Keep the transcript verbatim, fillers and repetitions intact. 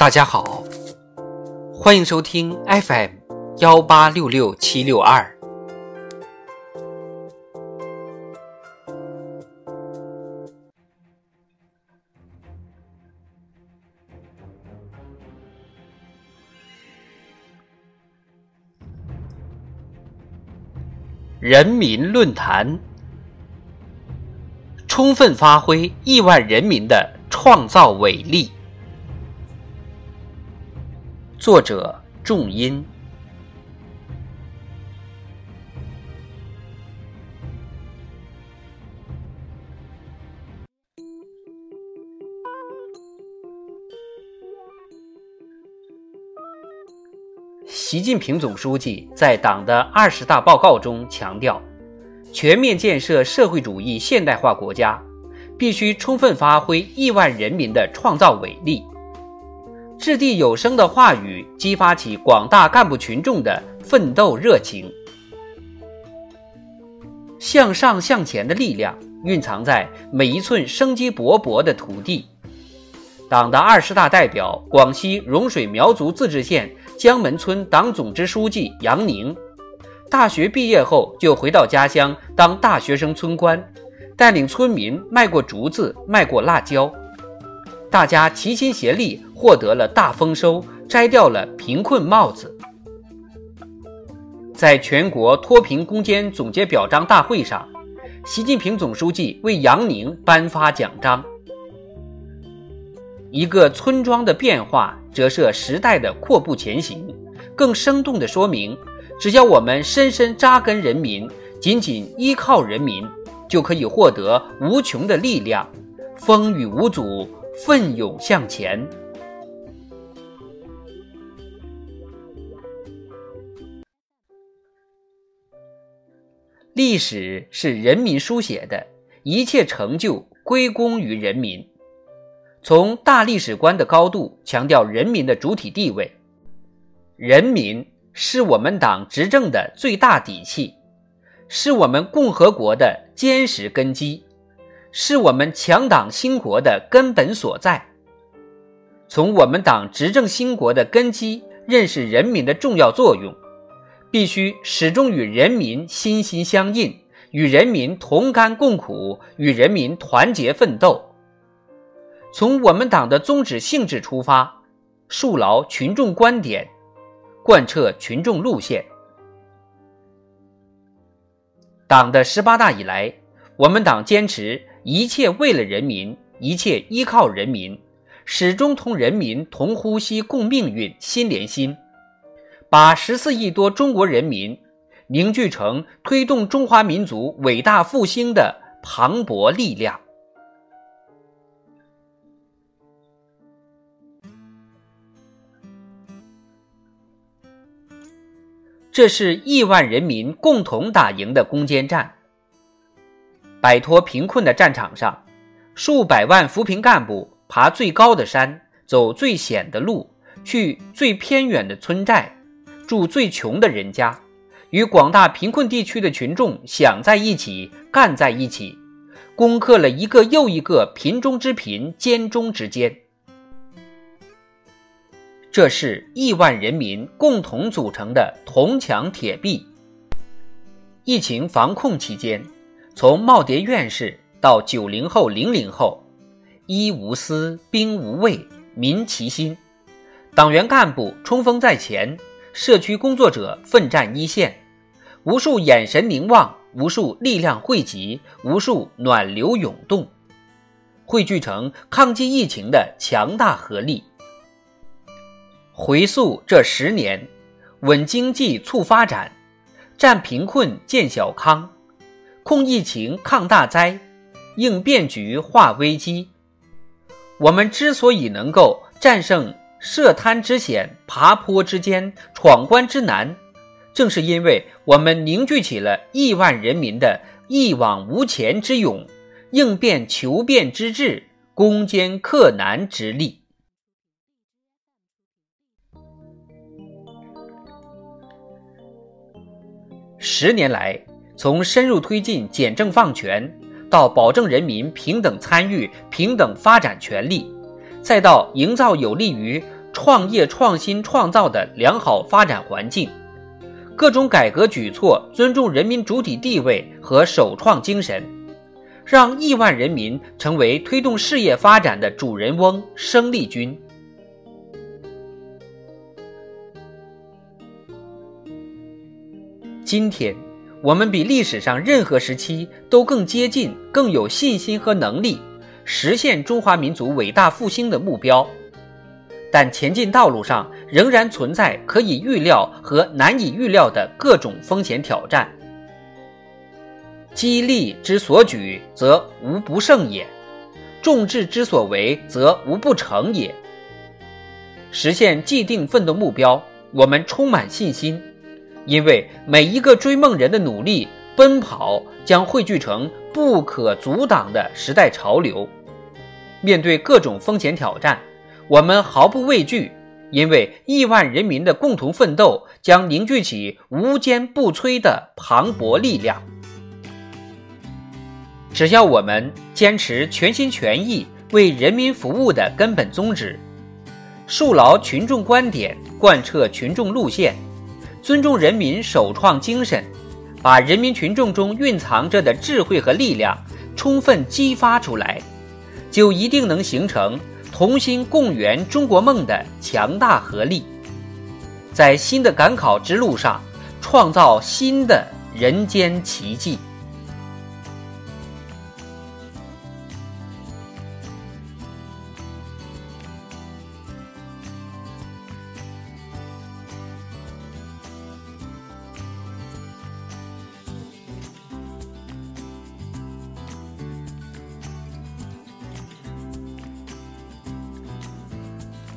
大家好，欢迎收听 F M 一八六六七六二。人民论坛，充分发挥亿万人民的创造伟力。作者仲音。习近平总书记在党的二十大报告中强调，全面建设社会主义现代化国家，必须充分发挥亿万人民的创造伟力。掷地有声的话语激发起广大干部群众的奋斗热情。向上向前的力量蕴藏在每一寸生机勃勃的土地。党的二十大代表广西融水苗族自治县江门村党总支书记杨宁，大学毕业后就回到家乡当大学生村官，带领村民卖过竹子，卖过辣椒。大家齐心协力获得了大丰收，摘掉了贫困帽子。在全国脱贫攻坚总结表彰大会上，习近平总书记为杨宁颁发奖章。一个村庄的变化折射时代的阔步前行，更生动地说明，只要我们深深扎根人民，紧紧依靠人民，就可以获得无穷的力量，风雨无阻，奋勇向前。历史是人民书写的，一切成就归功于人民。从大历史观的高度强调人民的主体地位，人民是我们党执政的最大底气，是我们共和国的坚实根基，是我们强党兴国的根本所在。从我们党执政兴国的根基认识人民的重要作用，必须始终与人民心心相印，与人民同甘共苦，与人民团结奋斗。从我们党的宗旨性质出发，树牢群众观点，贯彻群众路线。党的十八大以来，我们党坚持一切为了人民，一切依靠人民，始终同人民同呼吸共命运，心连心，把十四亿多中国人民凝聚成推动中华民族伟大复兴的磅礴力量。这是亿万人民共同打赢的攻坚战。摆脱贫困的战场上，数百万扶贫干部爬最高的山，走最险的路，去最偏远的村寨，住最穷的人家，与广大贫困地区的群众想在一起，干在一起，攻克了一个又一个贫中之贫，坚中之坚。这是亿万人民共同组成的铜墙铁壁。疫情防控期间，从耄耋院士到九零后、零零后，医无私，兵无畏，民齐心。党员干部冲锋在前，社区工作者奋战一线，无数眼神凝望，无数力量汇集，无数暖流涌动，汇聚成抗击疫情的强大合力。回溯这十年，稳经济促发展，战贫困建小康，控疫情抗大灾，应变局化危机。我们之所以能够战胜涉滩之险，爬坡之艰，闯关之难，正是因为我们凝聚起了亿万人民的一往无前之勇，应变求变之智，攻坚克难之力。十年来，从深入推进简政放权，到保证人民平等参与、平等发展权利，再到营造有利于创业创新创造的良好发展环境，各种改革举措尊重人民主体地位和首创精神，让亿万人民成为推动事业发展的主人翁、生力军。今天，我们比历史上任何时期都更接近、更有信心和能力实现中华民族伟大复兴的目标，但前进道路上仍然存在可以预料和难以预料的各种风险挑战。激励之所举，则无不胜也；众志之所为，则无不成也。实现既定奋斗目标，我们充满信心，因为每一个追梦人的努力奔跑将汇聚成不可阻挡的时代潮流。面对各种风险挑战，我们毫不畏惧，因为亿万人民的共同奋斗将凝聚起无坚不摧的磅礴力量。只要我们坚持全心全意为人民服务的根本宗旨，树牢群众观点，贯彻群众路线，尊重人民首创精神，把人民群众中蕴藏着的智慧和力量充分激发出来，就一定能形成同心共圆中国梦的强大合力，在新的赶考之路上创造新的人间奇迹。